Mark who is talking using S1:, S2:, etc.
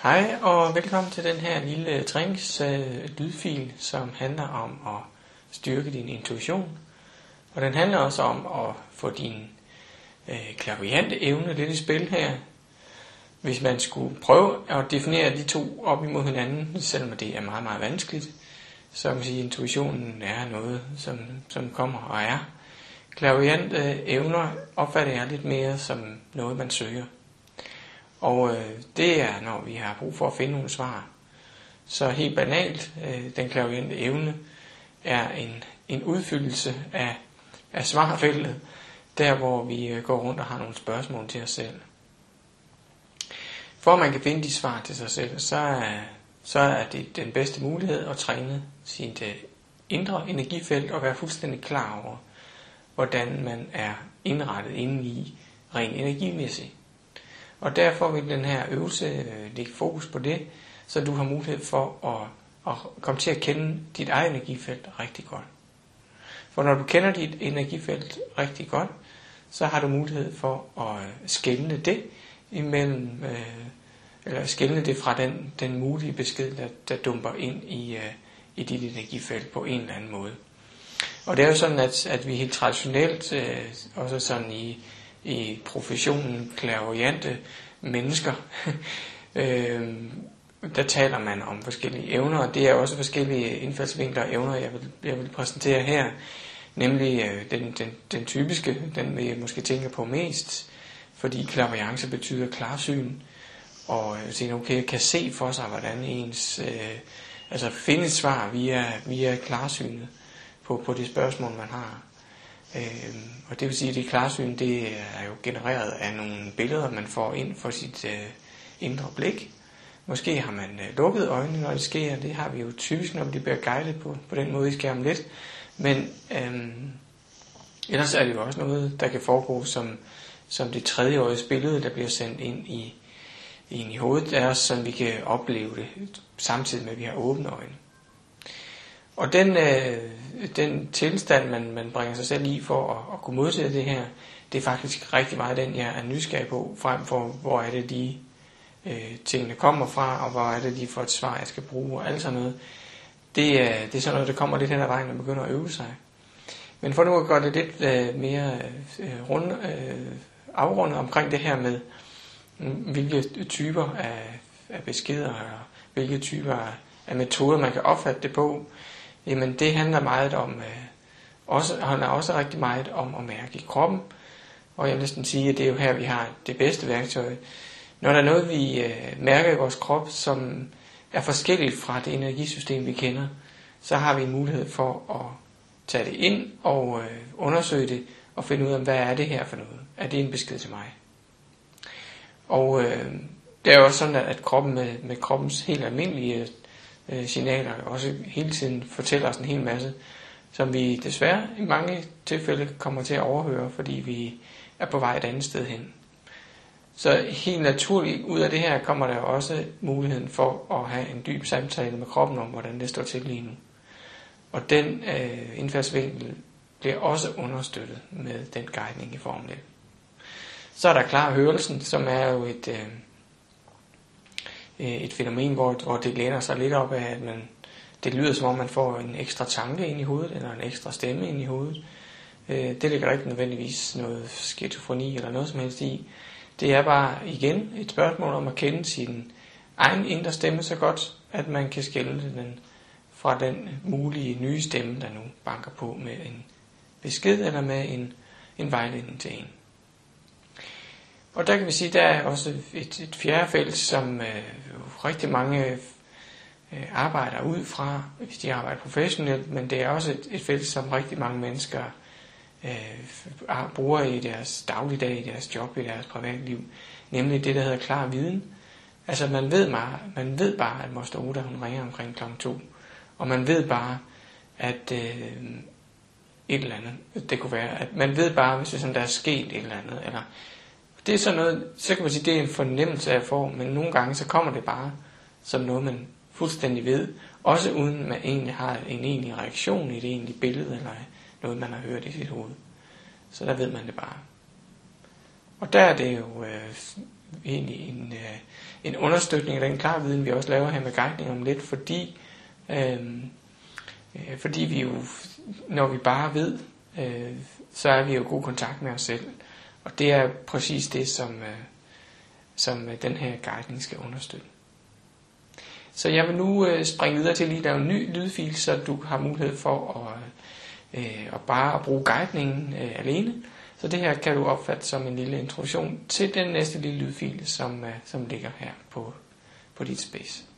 S1: Hej og velkommen til den her lille lydfil, som handler om at styrke din intuition. Og den handler også om at få din clairvoyante evne lidt i spil her. Hvis man skulle prøve at definere de to op imod hinanden, selvom det er meget, meget vanskeligt, så kan man sige, at intuitionen er noget, som kommer og er. Clairvoyante evner opfatter jeg lidt mere som noget, man søger. Og det er, når vi har brug for at finde nogle svar. Så helt banalt, den clairvoyante evne er en udfyldelse af svarfeltet, der hvor vi går rundt og har nogle spørgsmål til os selv. For at man kan finde de svar til sig selv, så er det den bedste mulighed at træne sit indre energifelt og være fuldstændig klar over, hvordan man er indrettet indeni rent energimæssigt. Og derfor vil den her øvelse lægge fokus på det, så du har mulighed for at komme til at kende dit eget energifelt rigtig godt. For når du kender dit energifelt rigtig godt, så har du mulighed for at skelne det eller skelne det fra den mulige besked, der dumper ind i dit energifelt på en eller anden måde. Og det er jo sådan, at vi helt traditionelt, også sådan i professionen clairvoyante mennesker, der taler man om forskellige evner, og det er også forskellige indfaldsvinkler og evner, jeg vil præsentere her. Nemlig den typiske, den vil jeg måske tænke på mest, fordi clairvoyance betyder klarsyn, og okay, kan se for sig, hvordan ens, finde et svar via klarsynet på det spørgsmål, man har. Og det vil sige, at det klarsyn, det er jo genereret af nogle billeder, man får ind for sit indre blik. Måske har man lukket øjnene, når det sker. Det har vi jo typisk, når vi bliver guidet på den måde i skærmen lidt. Men ellers er det jo også noget, der kan foregå som det tredjeårige billede, der bliver sendt ind i hovedet af os, så vi kan opleve det, samtidig med, at vi har åbne øjne. Og den tilstand, man bringer sig selv i for at kunne modtage det her, det er faktisk rigtig meget den, jeg er nysgerrig på, frem for hvor er det de tingene kommer fra, og hvor er det de for et svar, jeg skal bruge, og alt sådan noget. Det er sådan noget, der kommer lidt hen ad vejen, når man begynder at øve sig. Men for nu at gøre det lidt mere afrundet omkring det her med, hvilke typer af beskeder, eller hvilke typer af metoder, man kan opfatte det på, jamen det handler meget om, handler også rigtig meget om at mærke i kroppen. Og jeg vil næsten sige, at det er jo her, vi har det bedste værktøj. Når der er noget, vi mærker i vores krop, som er forskelligt fra det energisystem, vi kender, så har vi en mulighed for at tage det ind og undersøge det, og finde ud af, hvad er det her for noget? Er det en besked til mig? Og det er jo også sådan, at kroppen med kroppens helt almindelige signaler også hele tiden fortæller os en hel masse, som vi desværre i mange tilfælde kommer til at overhøre, fordi vi er på vej et andet sted hen. Så helt naturligt ud af det her kommer der også muligheden for at have en dyb samtale med kroppen om, hvordan det står til lige nu. Og den indfaldsvinkel bliver også understøttet med den guidning i Formel 1. Så er der klar hørelsen, som er jo et fænomen, hvor det læner sig lidt op af, at det lyder som om man får en ekstra tanke ind i hovedet, eller en ekstra stemme ind i hovedet. Det ligger ikke nødvendigvis noget skizofreni eller noget som helst i. Det er bare igen et spørgsmål om at kende sin egen indre stemme så godt, at man kan skelne den fra den mulige nye stemme, der nu banker på med en besked eller med en vejledning til en. Og der kan vi sige, at der er også et fjerde felt, som rigtig mange arbejder ud fra, hvis de arbejder professionelt, men det er også et felt, som rigtig mange mennesker bruger i deres dagligdag, i deres job, i deres privatliv, nemlig det, der hedder klar viden. Altså man ved bare, at Moster Oda, hun ringer omkring kl. 2, og man ved bare, at et eller andet, det kunne være, at man ved bare, hvis det er sådan, der er sket et eller andet, eller det er sådan noget, så kan man sige, det er en fornemmelse af form, men nogle gange så kommer det bare som noget, man fuldstændig ved, også uden man egentlig har en egentlig reaktion i det egentlige billede, eller noget, man har hørt i sit hoved. Så der ved man det bare. Og der er det jo egentlig en understøtning af den klare viden, vi også laver her med guidning om lidt, fordi vi jo, når vi bare ved, så er vi jo i god kontakt med os selv. Og det er præcis det, som den her guidning skal understøtte. Så jeg vil nu springe videre til at lige lave en ny lydfil, så du har mulighed for at bare bruge guidningen alene. Så det her kan du opfatte som en lille introduktion til den næste lille lydfil, som ligger her på dit space.